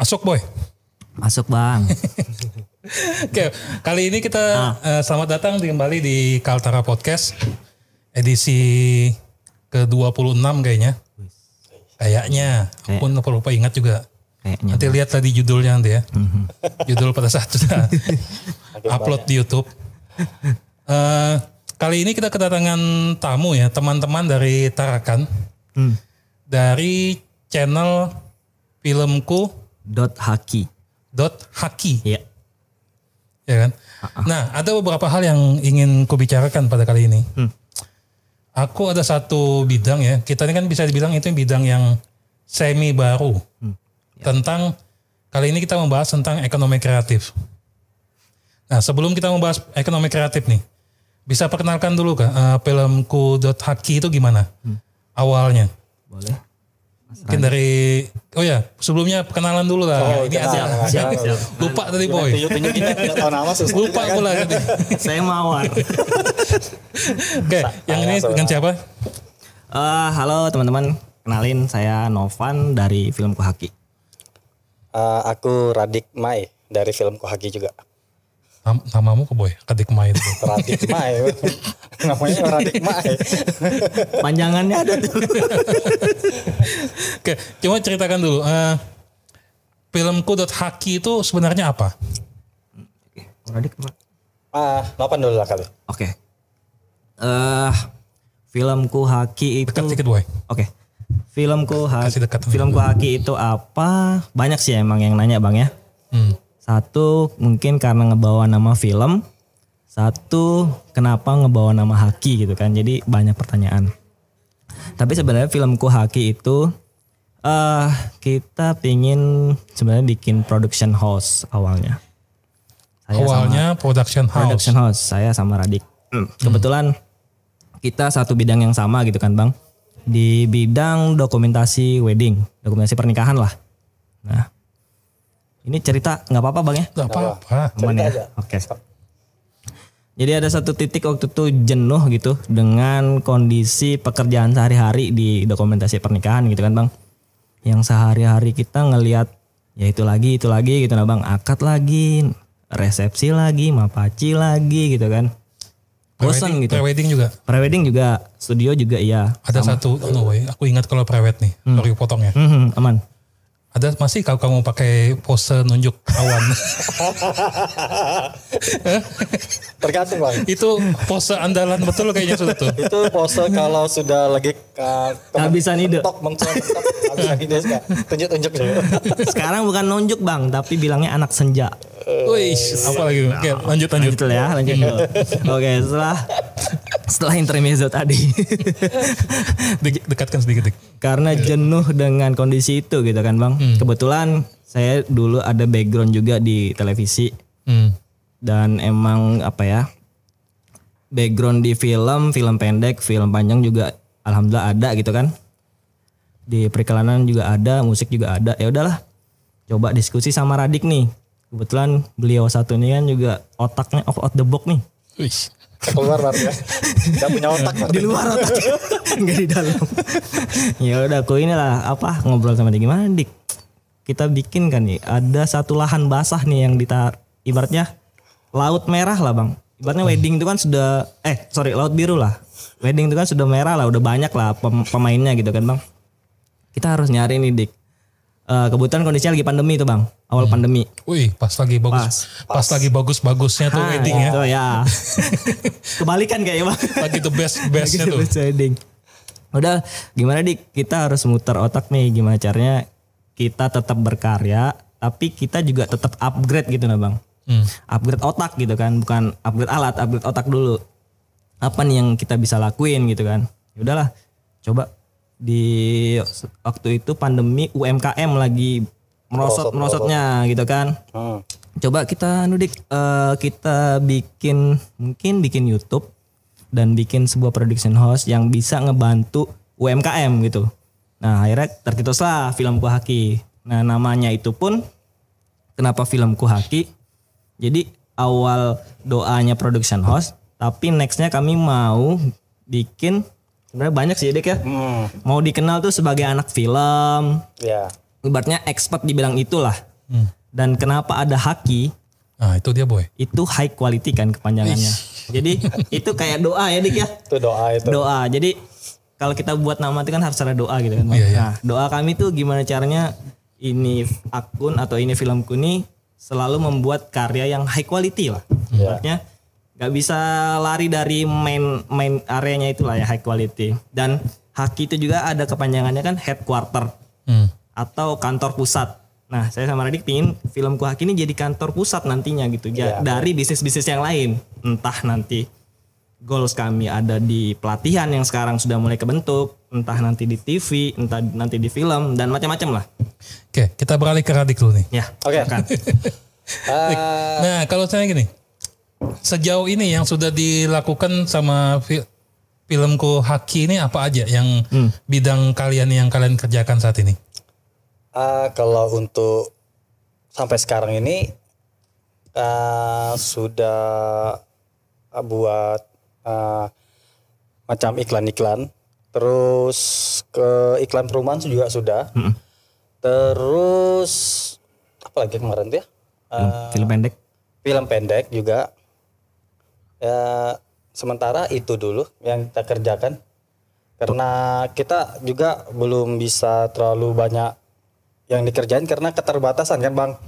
Masuk boy. Masuk bang. Oke, kali ini kita selamat datang kembali di Kaltara Podcast edisi ke-26 kayaknya. Kayaknya, aku lupa ingat juga. Kayaknya. Nanti lihat tadi judulnya nanti ya. Judul pada saat sudah upload di YouTube. Kali ini kita kedatangan tamu ya, teman-teman dari Tarakan. Dari channel filmku .haki. Iya. Ya kan? Nah, ada beberapa hal yang ingin kubicarakan pada kali ini. Aku ada satu bidang ya, kita ini kan bisa dibilang itu bidang yang semi baru. Tentang, kali ini kita membahas tentang ekonomi kreatif. Nah, sebelum kita membahas ekonomi kreatif nih, bisa perkenalkan dulu Kak, filmku.haki itu gimana awalnya? Boleh. Mungkin dari, sebelumnya perkenalan dulu lah. Ini Siap. lupa tadi boy. Lupa pula tadi. Saya mawar. Oke, yang ini dengan siapa? Halo teman-teman, kenalin saya Novan dari Filmku Haki. Aku Radik Mai dari Filmku Haki juga. Namamu ke boy? Radik Mai itu. Radik Mai. Namanya Radik Mai. Panjangannya ada tuh. Oke, coba ceritakan dulu. Filmku.haki itu sebenarnya apa? Radik. Nopan dulu lah kali. Oke. Filmku Haki itu. Dekat sedikit boy. Oke. Filmku dekat. Haki itu apa? Banyak sih emang yang nanya bang ya. Satu mungkin karena ngebawa nama film. Satu kenapa ngebawa nama Haki gitu kan. Jadi banyak pertanyaan. Tapi sebenarnya Filmku Haki itu kita pingin sebenarnya bikin production house awalnya. Production house. Saya sama Radik. Kebetulan kita satu bidang yang sama gitu kan bang. Di bidang dokumentasi wedding. Dokumentasi pernikahan lah. Nah. Ini cerita nggak apa-apa bang ya? Nggak apa-apa. Aman ya? Oke. Jadi ada satu titik waktu itu jenuh gitu. Dengan kondisi pekerjaan sehari-hari di dokumentasi pernikahan gitu kan bang. Yang sehari-hari kita ngelihat ya itu lagi gitu nah bang. Akad lagi, resepsi lagi, mapaci lagi gitu kan. Bosan gitu. Prewedding juga, studio juga iya. Ada satu, aku ingat kalau prewed nih, sorry potong ya. Aman. Ada masih kalau kamu pakai pose nunjuk awan. Tergantung bang. Itu pose andalan betul kayaknya sudah tuh. Itu pose kalau sudah lagi kehabisan ide. Kehabisan ide tunjuk-tunjuk dulu. Sekarang bukan nunjuk bang, tapi bilangnya anak senja. Wih, apa lagi? Oke, lanjut. Lanjut dulu. Oke, setelah intermezzo tadi. Dekatkan sedikit. Karena jenuh dengan kondisi itu gitu kan bang. Kebetulan saya dulu ada background juga di televisi. Dan emang background di film pendek, film panjang juga alhamdulillah ada gitu kan. Di periklanan juga ada, musik juga ada. Ya udahlah. Coba diskusi sama Radik nih. Kebetulan beliau satu ini kan juga otaknya out the box nih. Wih. Keluar ya. Gak punya otak. Di luar otak. Enggak di dalam. Ya udah aku inilah ngobrol sama dia, gimana Dik? Kita bikin kan nih ada satu lahan basah nih yang ibaratnya laut merah lah bang. Ibaratnya wedding itu kan sudah laut biru lah. Wedding itu kan sudah merah lah, udah banyak lah pemainnya gitu kan bang. Kita harus nyari nih Dik. Kebetulan kondisinya lagi pandemi itu bang, awal pandemi. Wih, pas lagi bagus-bagusnya tuh wedding ya. Itu ya. Kebalikan kayaknya bang. Lagi the bestnya tuh. Best wedding. Udah, gimana Dik? Kita harus muter otak nih, gimana caranya kita tetap berkarya, tapi kita juga tetap upgrade gitu nah bang. Upgrade otak gitu kan, bukan upgrade alat, upgrade otak dulu. Apa nih yang kita bisa lakuin gitu kan? Ya udahlah, coba. Di waktu itu pandemi UMKM lagi merosotnya gitu kan. Coba kita kita bikin YouTube dan bikin sebuah production house yang bisa ngebantu UMKM gitu. Nah akhirnya tercetuslah Filmku Haki. Nah namanya itu pun kenapa Filmku Haki? Jadi awal doanya production house, tapi nextnya kami mau bikin. Sebenarnya banyak sih Dek ya. Mau dikenal tuh sebagai anak film. Ya. Ibaratnya expert di bidang itulah. Dan kenapa ada haki? Nah itu dia boy. Itu high quality kan kepanjangannya. Jadi itu kayak doa ya Dik ya. Itu doa itu. Doa. Jadi kalau kita buat nama itu kan harus ada doa gitu kan. Bang. Iya, iya. Nah doa kami tuh gimana caranya ini akun atau ini filmku nih selalu membuat karya yang high quality lah. Artinya nggak bisa lari dari main areanya itulah ya, high quality. Dan haki itu juga ada kepanjangannya kan headquarter atau kantor pusat. Nah saya sama Radik pingin filmku Haki ini jadi kantor pusat nantinya gitu ya, dari bisnis-bisnis yang lain. Entah nanti goals kami ada di pelatihan yang sekarang sudah mulai kebentuk, entah nanti di TV, entah nanti di film dan macam-macam lah. Oke, kita beralih ke Radik dulu nih. Ya, Oke. Nah kalau saya gini, sejauh ini yang sudah dilakukan sama filmku Haki ini apa aja yang bidang kalian yang kalian kerjakan saat ini? Kalau untuk sampai sekarang ini sudah buat macam iklan-iklan, terus ke iklan perumahan juga sudah, terus apa lagi kemarin tuh ya? film pendek. Film pendek juga. Ya, sementara itu dulu yang kita kerjakan karena kita juga belum bisa terlalu banyak yang dikerjain karena keterbatasan kan Bang.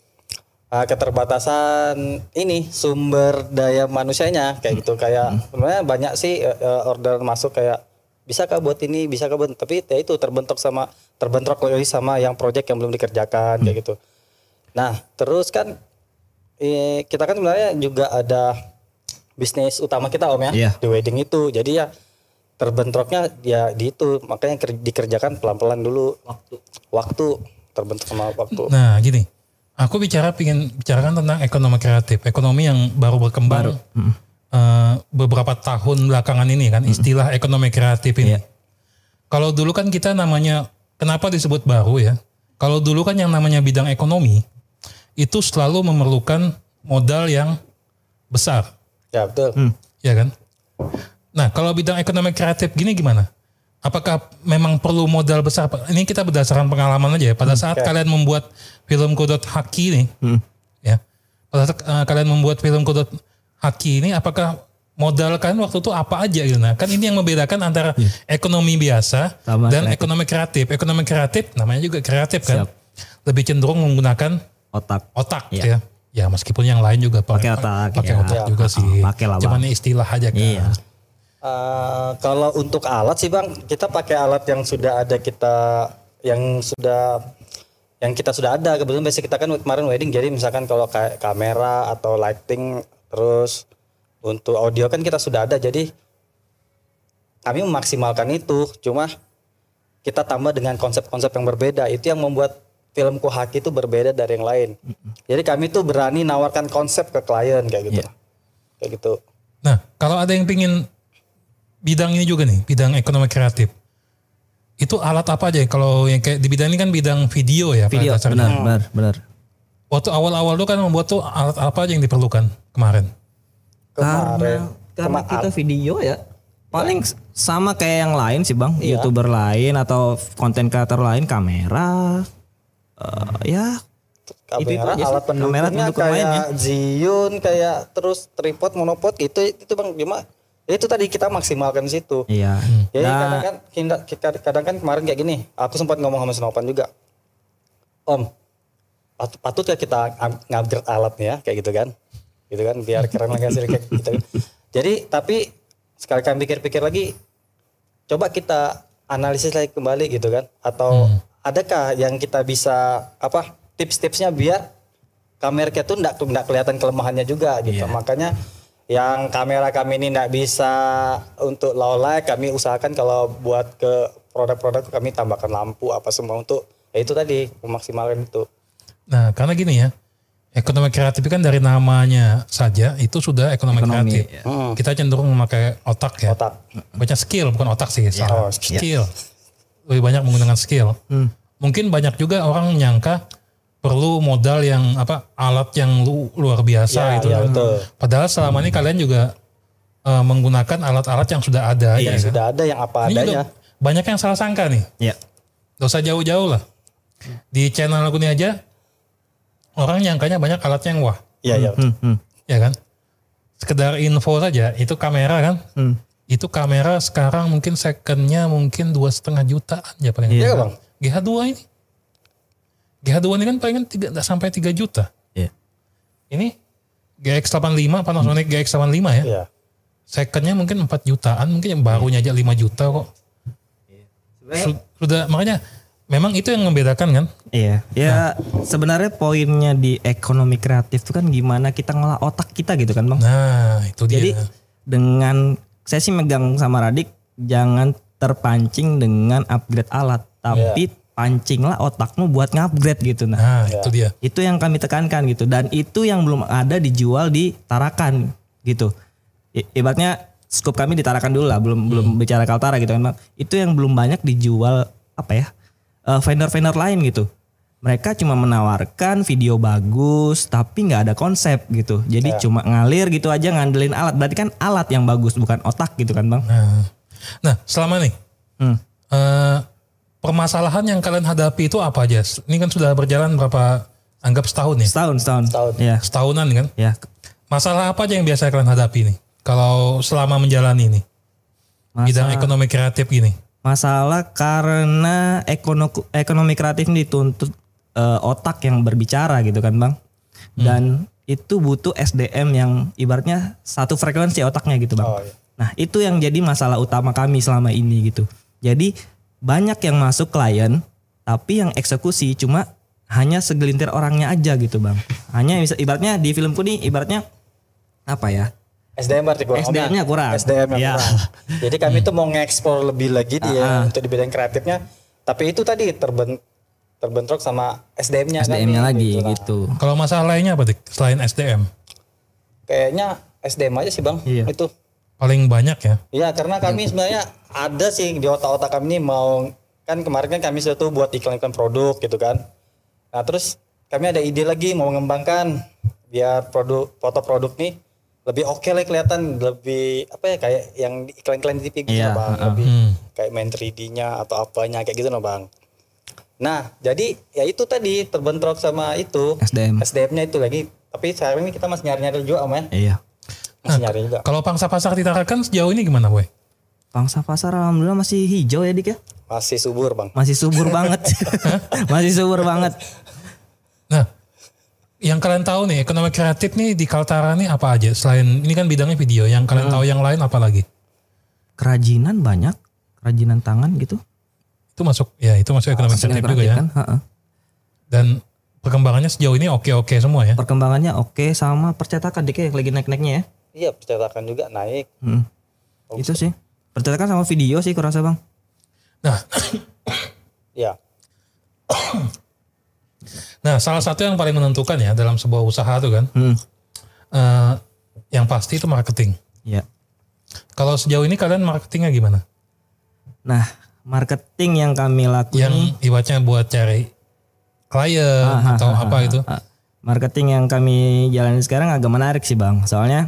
Keterbatasan ini sumber daya manusianya kayak gitu, kayak sebenarnya banyak sih order masuk kayak bisa kah buat ini, bisa kah buat, tapi ya itu terbentuk lagi sama yang project yang belum dikerjakan kayak gitu. Nah terus kan kita kan sebenarnya juga ada bisnis utama kita Om ya, di wedding itu. Jadi ya terbentuknya ya di itu, makanya dikerjakan pelan-pelan dulu. Waktu terbentuk sama waktu. Nah gini, aku pengen bicarakan tentang ekonomi kreatif, ekonomi yang baru berkembang beberapa tahun belakangan ini kan, istilah ekonomi kreatif ini. Kalau dulu kan kita namanya, kenapa disebut baru ya? Kalau dulu kan yang namanya bidang ekonomi itu selalu memerlukan modal yang besar. Ya betul. Ya kan? Nah kalau bidang ekonomi kreatif gini gimana? Apakah memang perlu modal besar? Ini kita berdasarkan pengalaman aja ya. Pada saat kalian membuat filmku Haki ini, ya. Pada saat kalian membuat filmku Haki ini, apakah modal kalian waktu itu apa aja gitu? Nah, kan ini yang membedakan antara ekonomi biasa sama dan kreatif. ekonomi kreatif. Ekonomi kreatif namanya juga kreatif kan. Lebih cenderung menggunakan otak ya. Ya meskipun yang lain juga pakai otak juga sih. Pakai lah, Cuman istilah aja kan. Iya. Kalau untuk alat sih Bang, kita pakai alat yang sudah ada yang kita sudah ada. Kebetulan biasa kita kan kemarin wedding, jadi misalkan kalau kayak kamera atau lighting, terus untuk audio kan kita sudah ada. Jadi kami memaksimalkan itu, cuma kita tambah dengan konsep-konsep yang berbeda. Itu yang membuat filmku Haki itu berbeda dari yang lain. Jadi kami tuh berani nawarkan konsep ke klien kayak gitu. Kayak gitu. Nah, kalau ada yang pingin bidang ini juga nih, bidang ekonomi kreatif. Itu alat apa aja? Kalau yang kayak di bidang ini kan bidang video ya. Video, benar. Waktu awal-awal tuh kan membuat tuh alat apa aja yang diperlukan kemarin? Karena kita video ya. Paling sama kayak yang lain sih Bang. YouTuber lain atau konten kreator lain, kamera. Kamera, alat pendukungnya kayak Zhiyun, kayak terus tripod, monopod itu Bang, cuma itu tadi kita maksimalkan di situ. Iya. Jadi kadang kan kemarin kayak gini, aku sempat ngomong sama Senopan juga, Om, patut ya kita ngupgrade alatnya ya, kayak gitu kan, biar keren lagi hasil kayak gitu. Jadi tapi sekali kami pikir-pikir lagi, coba kita analisis lagi kembali gitu kan, atau adakah yang kita bisa tips-tipsnya biar kamera kita tuh enggak kelihatan kelemahannya juga gitu. Makanya yang kamera kami ini enggak bisa untuk low light, kami usahakan kalau buat ke produk-produk kami tambahkan lampu apa semua untuk itu tadi memaksimalkan itu. Nah, karena gini ya, ekonomi kreatif kan dari namanya saja itu sudah ekonomi kreatif. Kita cenderung memakai otak ya. Banyak skill, bukan otak sih, salah. Skill. Lebih banyak menggunakan skill. Mungkin banyak juga orang menyangka perlu modal yang alat yang luar biasa gitu kan. Padahal selama ini kalian juga menggunakan alat-alat yang sudah ada. Iya, ya, sudah ada yang apa ini adanya. Banyak yang salah sangka nih. Iya. Gak usah jauh-jauh lah. Di channel aku ini aja orang nyangkanya banyak alatnya yang wah. Iya, iya. Ya kan? Sekedar info saja, itu kamera kan? Itu kamera sekarang mungkin secondnya mungkin 2,5 jutaan ya paling. Iya, Bang. GH2 ini. GH2 ini kan palingan nggak sampai 3 juta. Iya. Ini GX85, Panasonic GX85 ya. Iya. Secondnya mungkin 4 jutaan, mungkin yang barunya aja 5 juta kok. Sudah, makanya memang itu yang membedakan kan. Iya. Ya sebenarnya poinnya di ekonomi kreatif itu kan gimana kita ngolah otak kita gitu kan Bang. Nah itu dia. Jadi dengan saya sih megang sama Radik, jangan terpancing dengan upgrade alat, tapi pancinglah otakmu buat ngupgrade gitu. Nah itu dia. Itu yang kami tekankan gitu, dan itu yang belum ada dijual di Tarakan gitu. Ibaratnya scope kami di Tarakan dulu lah, belum bicara Kaltara gitu kan Bang. Itu yang belum banyak dijual vendor-vendor lain gitu. Mereka cuma menawarkan video bagus tapi nggak ada konsep gitu. Jadi cuma ngalir gitu aja, ngandelin alat. Berarti kan alat yang bagus bukan otak gitu kan Bang. Nah selama nih permasalahan yang kalian hadapi itu apa aja? Ini kan sudah berjalan berapa, anggap setahun ya? Setahun. Ya. Setahunan kan? Ya. Masalah apa aja yang biasa kalian hadapi nih? Kalau selama menjalani nih bidang ekonomi kreatif gini. Masalah karena ekonomi kreatif ini dituntut otak yang berbicara gitu kan Bang. Dan itu butuh SDM yang ibaratnya satu frekuensi otaknya gitu Bang. Nah itu yang jadi masalah utama kami selama ini gitu. Jadi banyak yang masuk klien tapi yang eksekusi cuma hanya segelintir orangnya aja gitu Bang. Hanya ibaratnya di filmku nih ibaratnya apa ya? SDM berarti kurang. SDM-nya kurang. SDM-nya kurang. Jadi kami tuh mau nge-explore lebih lagi dia untuk di bidang kreatifnya. Tapi itu tadi terbentrok sama SDM-nya. SDM-nya lagi gitu. Kalau masalah lainnya apa Dik? Selain SDM? Kayaknya SDM aja sih Bang. Iya. Itu. Paling banyak ya? Iya karena kami sebenarnya ada sih di otak-otak kami nih mau. Kan kemarin kan kami sudah tuh buat iklan-iklan produk gitu kan. Nah terus kami ada ide lagi mau mengembangkan. Biar foto produk nih lebih oke lah kelihatan, lebih apa ya kayak yang iklan-iklan di TV gitu Bang, lebih kayak main 3D-nya atau apanya kayak gitu loh Bang. Nah, jadi ya itu tadi terbentrok sama itu SDM-nya itu lagi. Tapi sekarang ini kita masih nyari-nyari juga Om ya. Iya. Masih nyari juga. Kalau pangsa pasar di Tarakan sejauh ini gimana Boy? Pangsa pasar alhamdulillah masih hijau ya Dik ya. Masih subur Bang. Masih subur banget. Masih subur banget. Nah, yang kalian tahu nih ekonomi kreatif nih di Kaltara nih apa aja? Selain ini kan bidangnya video, yang kalian tahu yang lain apa lagi? Kerajinan banyak, kerajinan tangan gitu. Itu masuk ekonomi kreatif juga ya. Kan? Dan perkembangannya sejauh ini oke semua ya. Perkembangannya oke, sama percetakan Dik yang lagi naik-naiknya ya. Iya, percetakan juga naik. Itu sih. Percetakan sama video sih kurasa Bang. Nah, ya. Nah, salah satu yang paling menentukan ya dalam sebuah usaha tuh kan, yang pasti itu marketing. Iya. Kalau sejauh ini kalian marketingnya gimana? Nah, marketing yang kami lakukan, yang ibaratnya buat cari klien atau apa itu? Marketing yang kami jalani sekarang agak menarik sih Bang, soalnya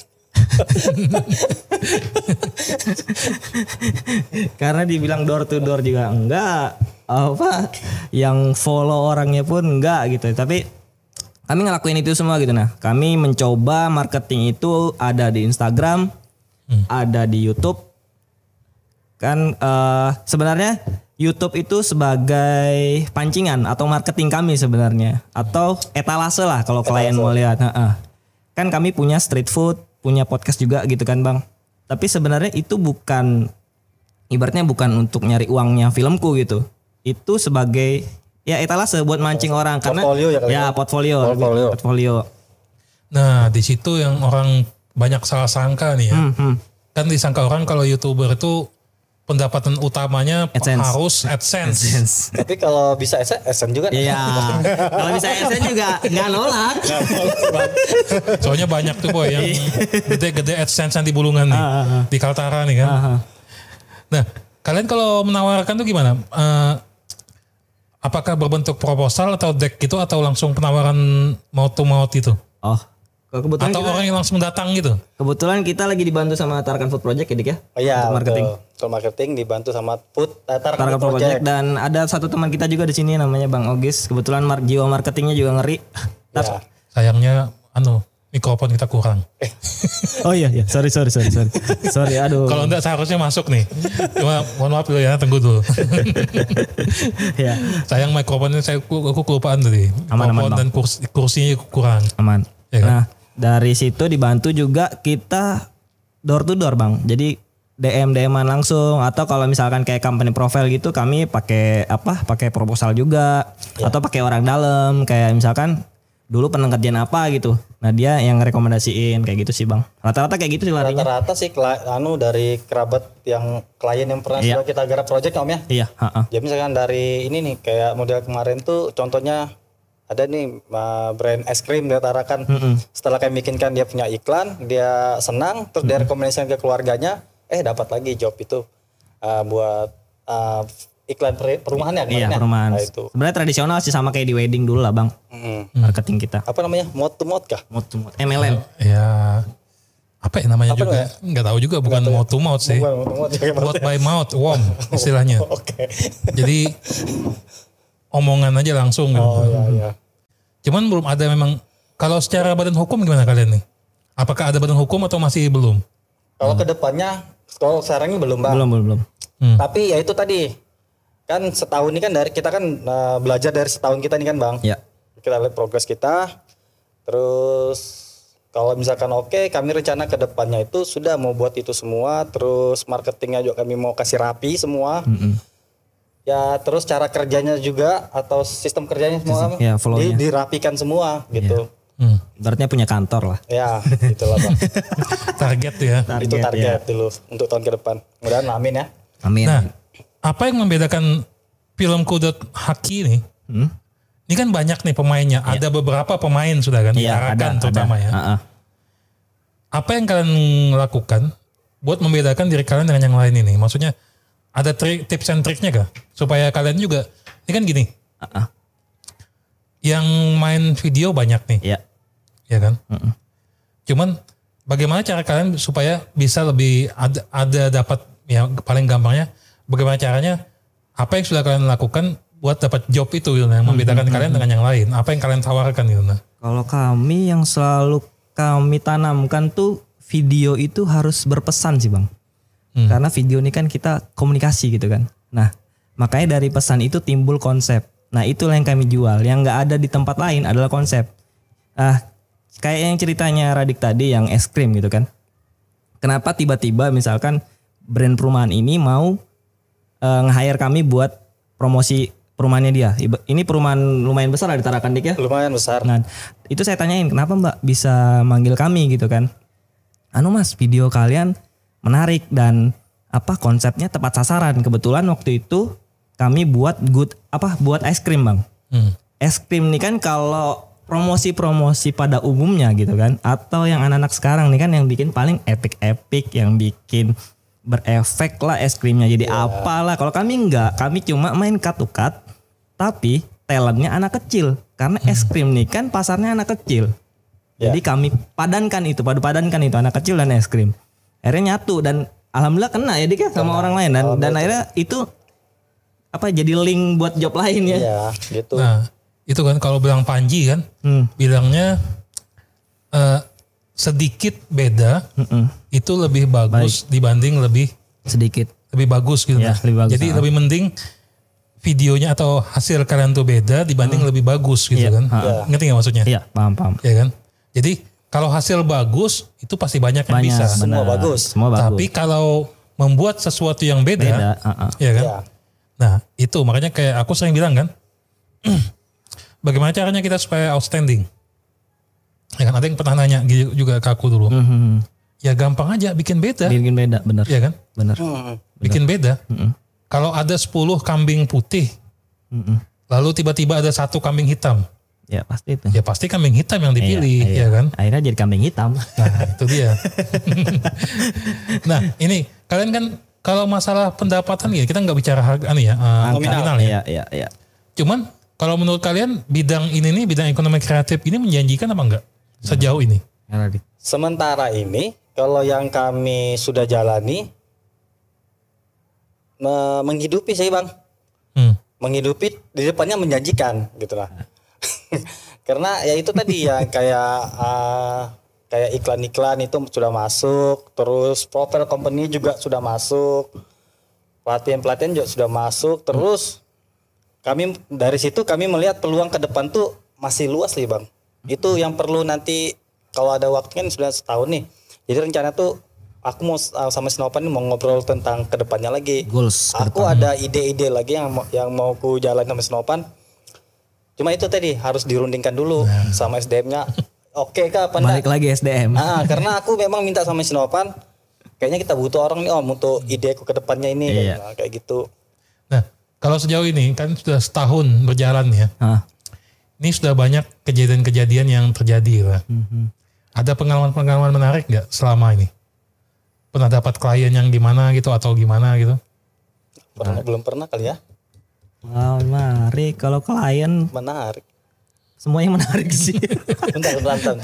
karena dibilang door to door juga enggak, yang follow orangnya pun enggak gitu. Tapi kami ngelakuin itu semua gitu. Nah, kami mencoba marketing itu ada di Instagram, ada di YouTube. Kan sebenarnya YouTube itu sebagai pancingan atau marketing kami sebenarnya, atau etalase lah kalau klien mau lihat. Kan kami punya street food, punya podcast juga gitu kan Bang. Tapi sebenarnya itu ibaratnya bukan untuk nyari uangnya filmku gitu. Itu sebagai ya etalase buat mancing orang karena portfolio. Nah, di situ yang orang banyak salah sangka nih ya. Kan disangka orang kalau YouTuber itu pendapatan utamanya harus AdSense. Tapi kalau bisa AdSense juga. Iya. Kalau bisa AdSense juga nggak nolak. Soalnya banyak tuh Boy yang gede-gede AdSense di Bulungan nih. Di Kaltara nih kan. Nah, kalian kalau menawarkan tuh gimana? Apakah berbentuk proposal atau deck gitu atau langsung penawaran mouth to mouth itu? Kebetulan atau orang yang langsung datang gitu? Kebetulan kita lagi dibantu sama Tarakan Food Project ya Dik ya? Iya, untuk marketing. Betul. Total marketing dibantu sama Target Project. Dan ada satu teman kita juga di sini namanya Bang Ogis. Kebetulan jiwa marketingnya juga ngeri. Ya. Sayangnya mikrofon kita kurang. Oh iya, sorry. Sorry, aduh. Kalau enggak seharusnya masuk nih. Cuma mohon maaf dulu ya, tunggu dulu. Ya. Sayang mikrofonnya aku kelupaan tadi. Aman, Mikrofon dan kursinya kurang. Aman. Ya kan? Nah, dari situ dibantu juga kita door to door, Bang. Jadi DM-an langsung, atau kalau misalkan kayak company profile gitu kami pakai proposal juga, atau pakai orang dalam kayak misalkan dulu pernah kerjaan apa gitu. Nah, dia yang rekomendasiin kayak gitu sih, Bang. Rata-rata kayak gitu sih larinya. Rata-rata sih dari kerabat yang klien yang pernah sudah kita garap project Om ya. Iya, Jadi misalkan dari ini nih kayak model kemarin tuh contohnya ada nih brand es krim dia tarakan. Setelah kami bikinkan dia punya iklan, dia senang, terus dia rekomendasikan ke keluarganya, dapat lagi job itu buat iklan perumahan ya kemarin. Iya, perumahan. Nah, itu. Sebenarnya tradisional sih sama kayak di wedding dulu lah, Bang. Marketing kita. Apa namanya? Mode to mode kah? Mode to mode. MLM. Ya, apa ya namanya juga? Nggak tahu juga, bukan mouth to mouth sih. Bukan mode to mode. Mouth by mouth, WOM istilahnya. Oke. Jadi omongan aja langsung gitu. Oh iya. Cuman belum ada memang, kalau secara badan hukum gimana kalian nih? Apakah ada badan hukum atau masih belum? Kalau kedepannya, kalau sekarang ini belum Bang. Belum. Tapi ya itu tadi, kan setahun ini kan kita kan belajar dari setahun kita nih kan Bang. Ya. Kita lihat progres kita, terus kalau misalkan oke, kami rencana kedepannya itu sudah mau buat itu semua, terus marketingnya juga kami mau kasih rapi semua. Ya terus cara kerjanya juga atau sistem kerjanya semua ya, flow-nya. dirapikan semua gitu. Berarti punya kantor lah. Ya itulah Bang. Target ya. Itu target dulu untuk tahun ke depan. Mudah-mudahan amin ya. Amin. Nah, apa yang membedakan Filmku.Haki ini? Ini kan banyak nih pemainnya. Ada beberapa pemain sudah kan, diarahkan terutama ya. Apa yang kalian lakukan buat membedakan diri kalian dengan yang lain ini? Maksudnya ada tips and triknya kah? Supaya kalian juga, ini kan gini. Yang main video banyak nih. Iya. Ya kan? Cuman bagaimana cara kalian supaya bisa lebih ada dapat, ya paling gampangnya, bagaimana caranya, apa yang sudah kalian lakukan buat dapat job itu gitu, yang membedakan kalian dengan yang lain? Apa yang kalian tawarkan gitu? Kalau kami yang selalu kami tanamkan tuh video itu harus berpesan sih Bang. Karena video ini kan kita komunikasi gitu kan. Nah makanya dari pesan itu timbul konsep. Nah itulah yang kami jual. Yang gak ada di tempat lain adalah konsep. Kayak yang ceritanya Radik tadi yang es krim gitu kan. Kenapa tiba-tiba misalkan brand perumahan ini mau nge-hire kami buat promosi perumahannya dia. Ini perumahan lumayan besar lah di Tarakan Dik ya. Lumayan besar. Nah itu saya tanyain kenapa Mbak bisa manggil kami gitu kan. Mas video kalian menarik dan konsepnya tepat sasaran. Kebetulan waktu itu kami buat buat es krim Bang. Es krim nih kan kalau promosi-promosi pada umumnya gitu kan, atau yang anak-anak sekarang nih kan yang bikin paling epic-epic, yang bikin berefek lah es krimnya jadi apalah. Kalau kami enggak, kami cuma main cut to cut, tapi talentnya anak kecil karena es krim nih kan pasarnya anak kecil. Jadi kami padankan itu anak kecil dan es krim. Akhirnya nyatu dan alhamdulillah kena ya Dik ya sama orang lain dan akhirnya itu jadi link buat job lain ya. Iya, gitu. Nah, itu kan kalau bilang Panji kan, bilangnya sedikit beda itu lebih bagus dibanding lebih bagus gitu. Ya, lebih bagus. Jadi lebih mending videonya atau hasil kalian tuh beda dibanding lebih bagus gitu kan. Ngerti gak maksudnya? Iya, paham. Iya kan? Jadi kalau hasil bagus itu pasti banyak yang bisa. Semua bagus. Tapi kalau membuat sesuatu yang beda. Ya kan? Ya. Nah itu makanya kayak aku sering bilang kan, bagaimana caranya kita supaya outstanding? Ya kan, ada yang pernah nanya juga ke aku dulu. Ya gampang aja, bikin beda. Bikin beda, bener. Ya kan? Bener. Bikin beda. Kalau ada 10 kambing putih, lalu tiba-tiba ada 1 kambing hitam. Ya pasti itu. Ya pasti kambing hitam yang dipilih, ya kan? Akhirnya jadi kambing hitam. Nah itu dia. Nah ini, kalian kan kalau masalah pendapatan ya, kita nggak bicara harga nih ya, nominal ya. Iya. Cuman kalau menurut kalian bidang ini nih, bidang ekonomi kreatif ini menjanjikan apa enggak sejauh ini? Sementara ini kalau yang kami sudah jalani menghidupi sih bang. Menghidupi di depannya menjanjikan gitu lah. Karena ya itu tadi ya kayak iklan-iklan itu sudah masuk, terus profile company juga sudah masuk, pelatihan juga sudah masuk, terus kami dari situ kami melihat peluang ke depan tuh masih luas nih bang. Itu yang perlu nanti kalau ada waktu kan sudah setahun nih. Jadi rencana tuh aku mau sama Sinopan mau ngobrol tentang kedepannya lagi. Goals aku ada ide-ide lagi yang mau ku jalan sama Sinopan. Cuma itu tadi harus dirundingkan dulu sama SDM-nya. Oke kah? Balik lagi SDM. Karena aku memang minta sama Sinopan. Kayaknya kita butuh orang nih Om untuk ideku kedepannya ini. Nah, kayak gitu. Nah kalau sejauh ini kan sudah setahun berjalan ya. Ini sudah banyak kejadian-kejadian yang terjadi lah. Ada pengalaman-pengalaman menarik nggak selama ini? Pernah dapat klien yang gimana gitu atau gimana gitu? Belum pernah kali ya. Menarik kalau klien. Menarik. Semuanya menarik sih. Bentar.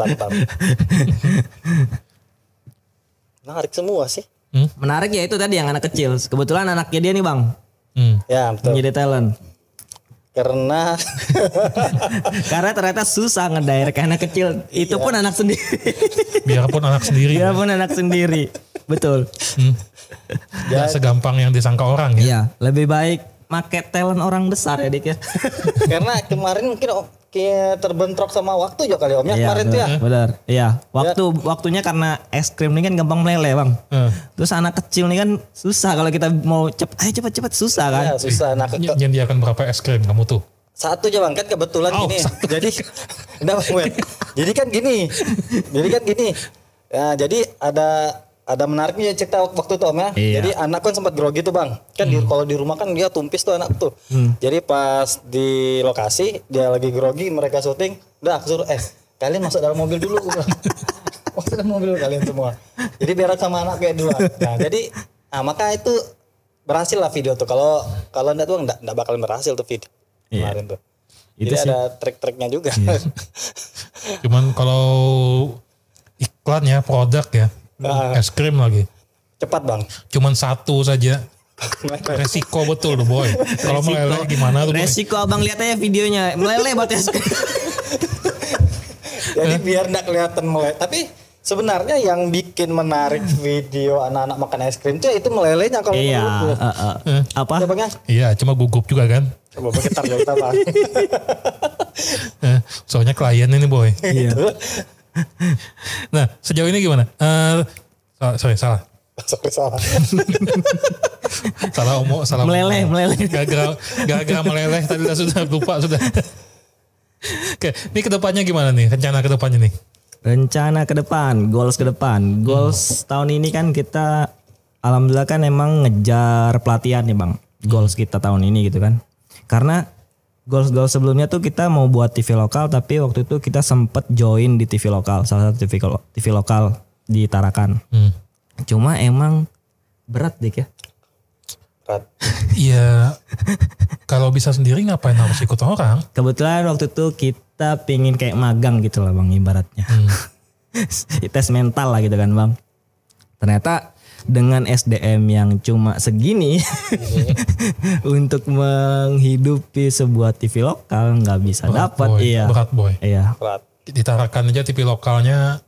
Menarik semua sih. Menarik ya itu tadi yang anak kecil. Kebetulan anaknya dia nih bang. Ya betul. Menjadi talent. Karena ternyata susah ngedirect anak kecil. Itu pun anak sendiri. Biarpun anak sendiri. Betul. Gak segampang yang disangka orang ya. Iya, lebih baik make talent orang besar ya Dik ya. Karena kemarin mungkin kayak terbentrok sama waktu juga kali Om ya kemarin tuh ya. Benar. Iya, waktunya karena es krim ini kan gampang meleleh bang. Terus anak kecil ini kan susah kalau kita mau cepet susah kan. Iya susah. Nyediakan berapa es krim kamu tuh? Satu aja bang kan kebetulan gini. Jadi jadi kan gini. Ya, jadi ada menariknya cerita waktu itu Om ya. Jadi anak kan sempat grogi tuh bang. Kan kalau di rumah kan dia tumpis tuh anak tuh. Jadi pas di lokasi dia lagi grogi mereka syuting. Udah aku suruh kalian masuk dalam mobil dulu. Masuk dalam mobil dulu kalian semua. Jadi biar sama anak kayak dua. Nah jadi maka itu berhasil lah video tuh. Kalau enggak tuh enggak bakal berhasil tuh video kemarin tuh. Jadi itu ada trik-triknya juga. Cuman kalau iklan ya produk ya. Es krim lagi. Cepat bang. Cuman satu saja. Resiko betul tuh boy. Kalau meleleh gimana tuh boy? Resiko abang lihat aja videonya. Meleleh buat es krim. Jadi biar gak kelihatan meleleh. Tapi sebenarnya yang bikin menarik video anak-anak makan es krim itu melelehnya kalau menurutku. Apa? Ya, bang, ya? Iya cuma gugup juga kan. Coba bergetar ya kita bang. Soalnya klien ini boy. Iya. Nah sejauh ini gimana? Salah. Salah meleleh. Gagal meleleh tadi sudah lupa sudah. Oke, ini kedepannya gimana nih? Rencana kedepannya nih? Rencana ke depan, goals ke depan. Goals tahun ini kan kita alhamdulillah kan emang ngejar pelatihan nih bang. Goals kita tahun ini gitu kan. Karena goals sebelumnya tuh kita mau buat TV lokal tapi waktu itu kita sempet join di TV lokal, salah satu TV lokal di Tarakan. Cuma emang berat Dik ya. Berat. Iya. Kalau bisa sendiri ngapain harus ikut orang? Kebetulan waktu itu kita pingin kayak magang gitu lah bang ibaratnya. Tes mental lah gitu kan bang. Ternyata dengan SDM yang cuma segini untuk menghidupi sebuah TV lokal nggak bisa dapat. Berat boy. Iya. Berat. Ditarakan aja TV lokalnya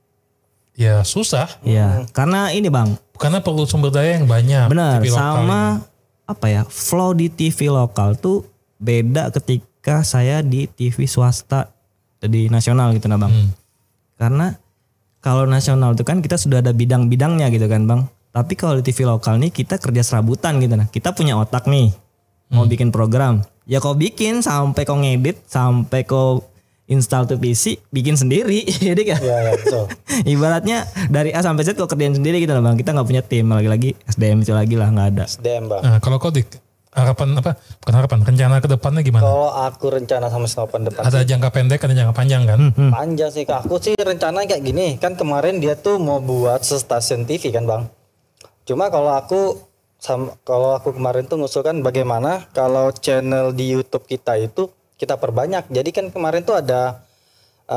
ya susah. Iya. Karena ini bang. Karena perlu sumber daya yang banyak. Benar. TV lokal sama ini. Apa ya? Flow di TV lokal tuh beda ketika saya di TV swasta di nasional gitu nah bang. Karena kalau nasional itu kan kita sudah ada bidang-bidangnya gitu kan bang. Tapi kalau di TV lokal nih kita kerja serabutan gitu nah. Kita punya otak nih. Mau bikin program. Ya kau bikin sampai kau ngedit. Sampai kau install tuh PC. Bikin sendiri. Jadi kan. Iya betul. Ibaratnya dari A sampai Z kau kerjain sendiri gitu lah bang. Kita gak punya tim. Lagi-lagi SDM itu lagi lah gak ada. SDM bang. Nah, kalau kau harapan apa? Bukan harapan. Rencana ke depannya gimana? Kalau aku rencana sama Sinopan depan. Ada jangka pendek, ada jangka panjang kan? Panjang sih kak. Aku sih rencana kayak gini. Kan kemarin dia tuh mau buat stasiun TV kan bang. Cuma kalau aku kemarin tuh ngusulkan bagaimana kalau channel di YouTube kita itu kita perbanyak. Jadi kan kemarin tuh ada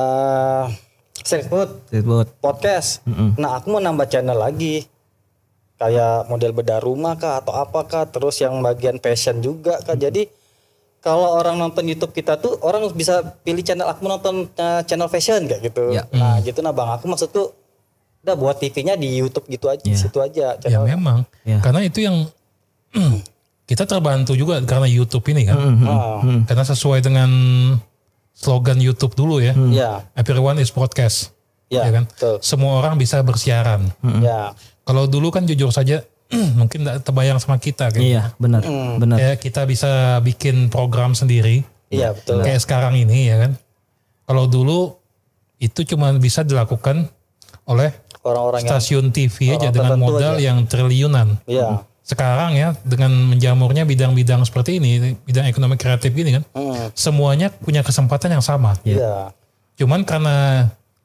street food podcast. Nah aku mau nambah channel lagi. kayak model bedah rumah kah atau apakah, terus yang bagian fashion juga kah. Jadi kalau orang nonton YouTube kita tuh orang bisa pilih channel, aku nonton channel fashion kayak gitu. Ya. Nah gitu nah Bang, aku maksud tuh udah buat TV-nya di YouTube gitu aja, situ aja. Ya memang, karena itu yang kita terbantu juga karena YouTube ini kan. Karena sesuai dengan slogan YouTube dulu ya. Everyone is podcast. Ya kan? Betul. Semua orang bisa bersiaran. Ya. Kalau dulu kan jujur saja mungkin tidak terbayang sama kita kan. Iya, benar. Benar. Kayak kita bisa bikin program sendiri. Iya, betul. Kayak sekarang ini ya kan. Kalau dulu itu cuma bisa dilakukan oleh Orang-orang stasiun TV aja dengan tertentu modal aja. yang triliunan. Iya. Sekarang ya dengan menjamurnya bidang-bidang seperti ini, bidang ekonomi kreatif ini kan, semuanya punya kesempatan yang sama. Iya. Cuman karena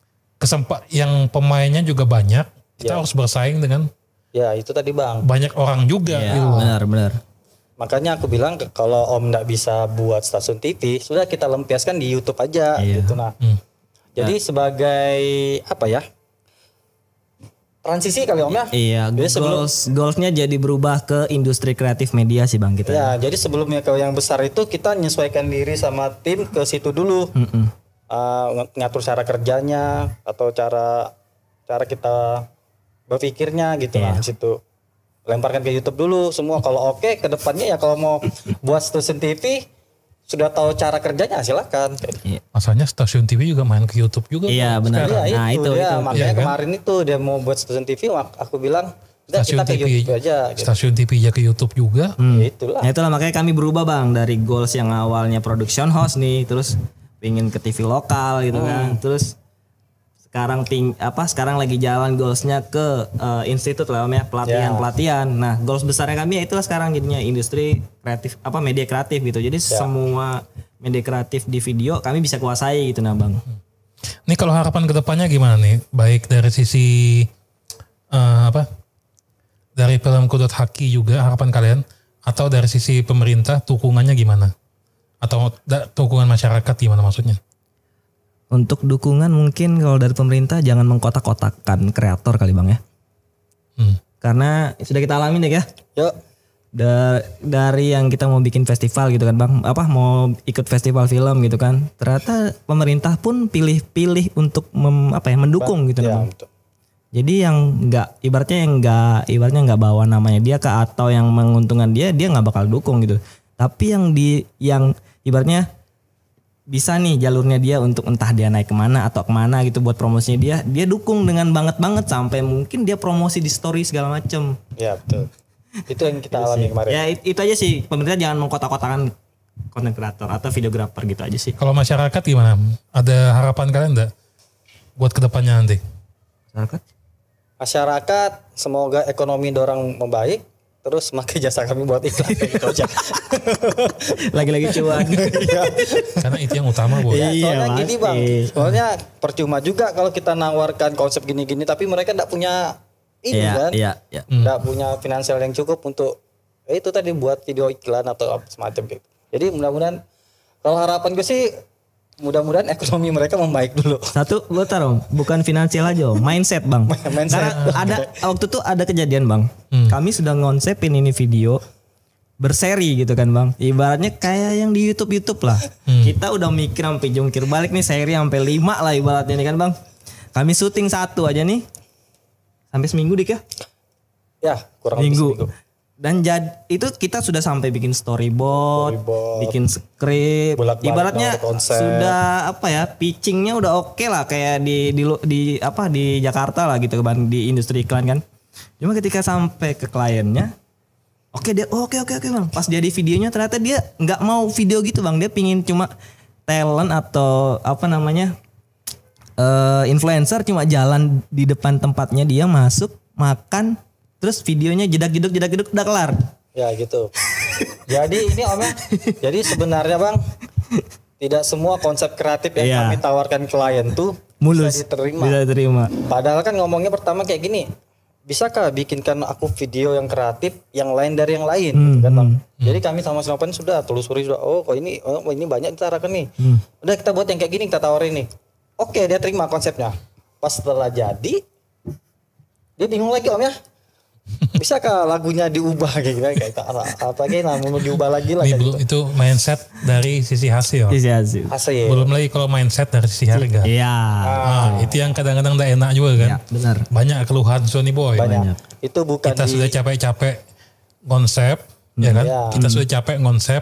yang pemainnya juga banyak, kita harus bersaing dengan Ya itu tadi Bang. banyak orang juga. Iya, gitu. benar. Makanya aku bilang kalau Om nggak bisa buat stasiun TV, sudah kita lempiaskan di YouTube aja gitu. Nah, jadi sebagai apa ya? Transisi kali Om ya. Iya, goalsnya jadi berubah ke industri kreatif media sih Bang kita. Ya, jadi sebelumnya ke yang besar itu kita menyesuaikan diri sama tim ke situ dulu. Ngatur cara kerjanya atau cara kita berpikirnya gitu lah di situ. Lemparkan ke YouTube dulu semua. Kalau oke ke depannya ya kalau mau buat stasiun TV sudah tahu cara kerjanya silakan. Masanya stasiun TV juga main ke YouTube juga. Iya benar. Ya, Nah itu. makanya Iya, kan? kemarin itu dia mau buat stasiun TV, aku bilang udah Stasiun kita ke TV YouTube aja. Gitu. Stasiun TV aja ke YouTube juga. Ya, itulah. Nah itulah makanya kami berubah Bang dari goals yang awalnya production house nih, terus pingin ke TV lokal gitu kan, terus sekarang lagi jalan goalsnya ke institut lah Om ya, pelatihan. Nah goals besarnya kami ya itulah sekarang jadinya industri kreatif, media kreatif gitu. Jadi semua media kreatif di video kami bisa kuasai gitu nah Bang. Ini kalau harapan kedepannya gimana nih? Baik dari sisi dari Filmku Haki juga harapan kalian, atau dari sisi pemerintah dukungannya gimana? Atau dukungan masyarakat gimana maksudnya? Untuk dukungan mungkin kalau dari pemerintah jangan mengkotak-kotakkan kreator kali Bang ya. Karena sudah kita alami deh ya. Yuk. Dari yang kita mau bikin festival gitu kan Bang, mau ikut festival film gitu kan. Ternyata pemerintah pun pilih untuk mendukung gitu Ya, Bang. betul. Jadi yang ibaratnya nggak bawa namanya dia atau yang menguntungkan dia nggak bakal dukung gitu. Tapi yang ibaratnya bisa nih jalurnya dia untuk entah dia naik kemana atau kemana gitu buat promosinya dia dukung dengan banget sampai mungkin dia promosi di story segala macem. Ya betul. Itu yang kita alami kemarin. Ya itu aja sih, pemerintah jangan mengkotak-kotakan konten kreator atau videografer gitu aja sih. Kalau masyarakat gimana? Ada harapan kalian enggak buat kedepannya nanti? Masyarakat semoga ekonomi dorang membaik. Terus pakai jasa kami buat iklan gitu aja. Lagi-lagi cuan. Karena itu yang utama Bu. Ya, soalnya pasti. gini Bang, soalnya percuma juga kalau kita nawarkan konsep gini-gini tapi mereka enggak punya ini kan. Iya. Enggak punya finansial yang cukup untuk itu tadi buat video iklan atau semacam gitu. Jadi mudah-mudahan kalau harapan gue sih mudah-mudahan ekonomi mereka membaik dulu. Satu, bukan finansial aja, mindset Bang. Mindset. Karena waktu itu ada kejadian Bang. Kami sudah ngonsepin ini video berseri gitu kan Bang. Ibaratnya kayak yang di YouTube lah. Kita udah mikir sampai jungkir balik nih seri sampai 5 lah ibaratnya nih kan Bang. Kami syuting 1 aja nih. Sampai seminggu dik ya? Ya, kurang lebih seminggu. Dan itu kita sudah sampai bikin storyboard, bikin skrip, ibaratnya sudah pitchingnya udah oke lah kayak di Jakarta lah gitu kan, di industri iklan kan. Cuma ketika sampai ke kliennya, oke Bang. Pas dia di videonya ternyata dia nggak mau video gitu Bang, dia pingin cuma talent atau influencer cuma jalan di depan tempatnya dia masuk makan. Terus videonya jedak-jeduk udah kelar. Ya gitu. Jadi ini Om ya. Jadi sebenarnya Bang, tidak semua konsep kreatif yang kami tawarkan klien tuh mulus bisa bisa diterima. Padahal kan ngomongnya pertama kayak gini. Bisakah bikinkan aku video yang kreatif yang lain dari yang lain gitu kan Bang. Jadi kami sama Sinopen sudah telusuri sudah. Oh ini banyak ditarakan nih. Udah kita buat yang kayak gini kita tawarin nih. Oke, dia terima konsepnya. Pas setelah jadi dia bingung lagi Om ya. Bisakah lagunya diubah kayak gitu kayak apa kayak mau diubah lagi lah Ini kayak belum itu mindset dari sisi hasil. Sisi hasil. Asli. Belum lagi kalau mindset dari sisi harga. Iya. Itu yang kadang-kadang tidak enak juga kan. Ya, benar. Banyak keluhan Sony Boy. Banyak. Itu bukan Kita sudah capek-capek konsep, ya kan? Ya. Kita sudah capek konsep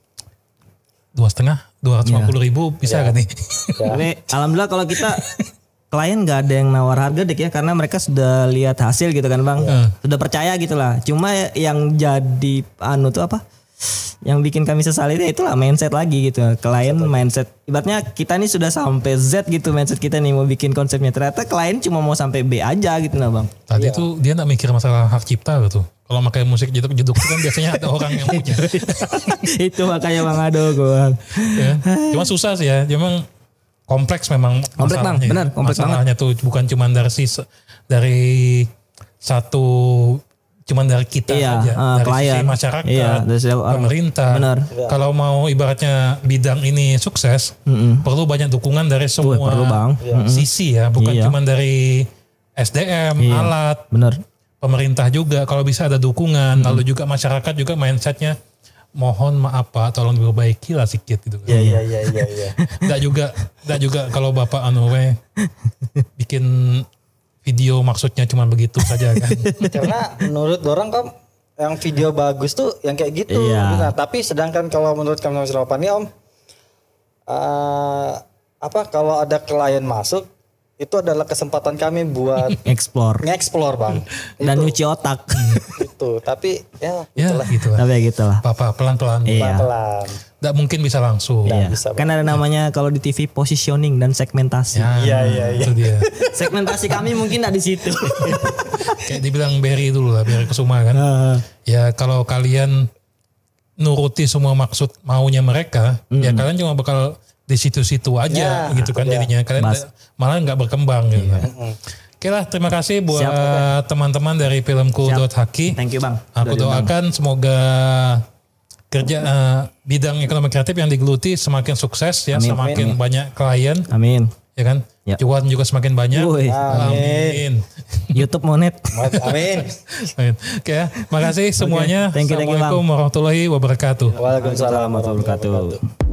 250.000 bisa kan nih? Tapi alhamdulillah kalau kita klien nggak ada yang nawar harga deh ya karena mereka sudah lihat hasil gitu kan bang, sudah percaya gitulah. Cuma yang jadi tuh apa? Yang bikin kami sesali itulah mindset lagi gitu. Klien mindset, ibaratnya kita nih sudah sampai Z gitu mindset kita nih mau bikin konsepnya. Ternyata klien cuma mau sampai B aja gitu nah bang. Tadi tuh dia nggak mikir masalah hak cipta gitu. Kalau pakai musik jeduk-jeduk itu kan biasanya ada orang yang punya. Itu makanya bang Ado bang. Ya. Cuma susah sih ya. Memang kompleks memang Kompleks, Bang. masalahnya. Benar, kompleks Masalahnya tuh bukan cuma dari satu cuman dari kita Iya, saja, dari klien. sisi masyarakat, Iya, dari sisi orang. pemerintah. Benar. Kalau mau ibaratnya bidang ini sukses, perlu banyak dukungan dari semua perlu, Bang. sisi ya, bukan Iya. cuma dari SDM, alat, Bener. pemerintah juga. Kalau bisa ada dukungan, lalu juga masyarakat juga mindsetnya mohon maaf Pak, tolong diperbaiki lah sedikit gitu kan. Iya. Nggak juga kalau Bapak bikin video maksudnya cuma begitu saja kan. Karena menurut orang kan yang video bagus tuh yang kayak gitu. Iya. Nah, tapi sedangkan kalau menurut kami nih Om, kalau ada klien masuk itu adalah kesempatan kami buat Explore. nge-explore bang. Dan Itu, nyuci otak. itu. Tapi ya Ya itulah. gitu lah. Tapi ya gitulah. Papa pelan-pelan. Iya. Pelan. Nggak mungkin bisa langsung. Iya. bisa, Kan ada namanya kalau di TV positioning dan segmentasi. Ya, Iya. Itu dia. Segmentasi kami mungkin tidak di situ. Kayak dibilang Berry dulu lah, Berry Kusuma kan. Ya kalau kalian nuruti semua maksud maunya mereka, ya kalian cuma bakal di situ-situ aja Ya, gitu kan ya. jadinya. Kalian malah nggak berkembang gitu kan. Oke lah, terima kasih buat teman-teman dari Filmku.haki. Thank you bang. Aku doakan semoga kerja bidang ekonomi kreatif yang digeluti semakin sukses ya, semakin banyak klien, Amin. ya kan? Ya. Cuan juga semakin banyak. Woi. Amin. YouTube monet. Amin. Amin. Oke ya, makasih semuanya. Thank you, Bang. Assalamualaikum warahmatullahi wabarakatuh. Waalaikumsalam warahmatullahi wabarakatuh.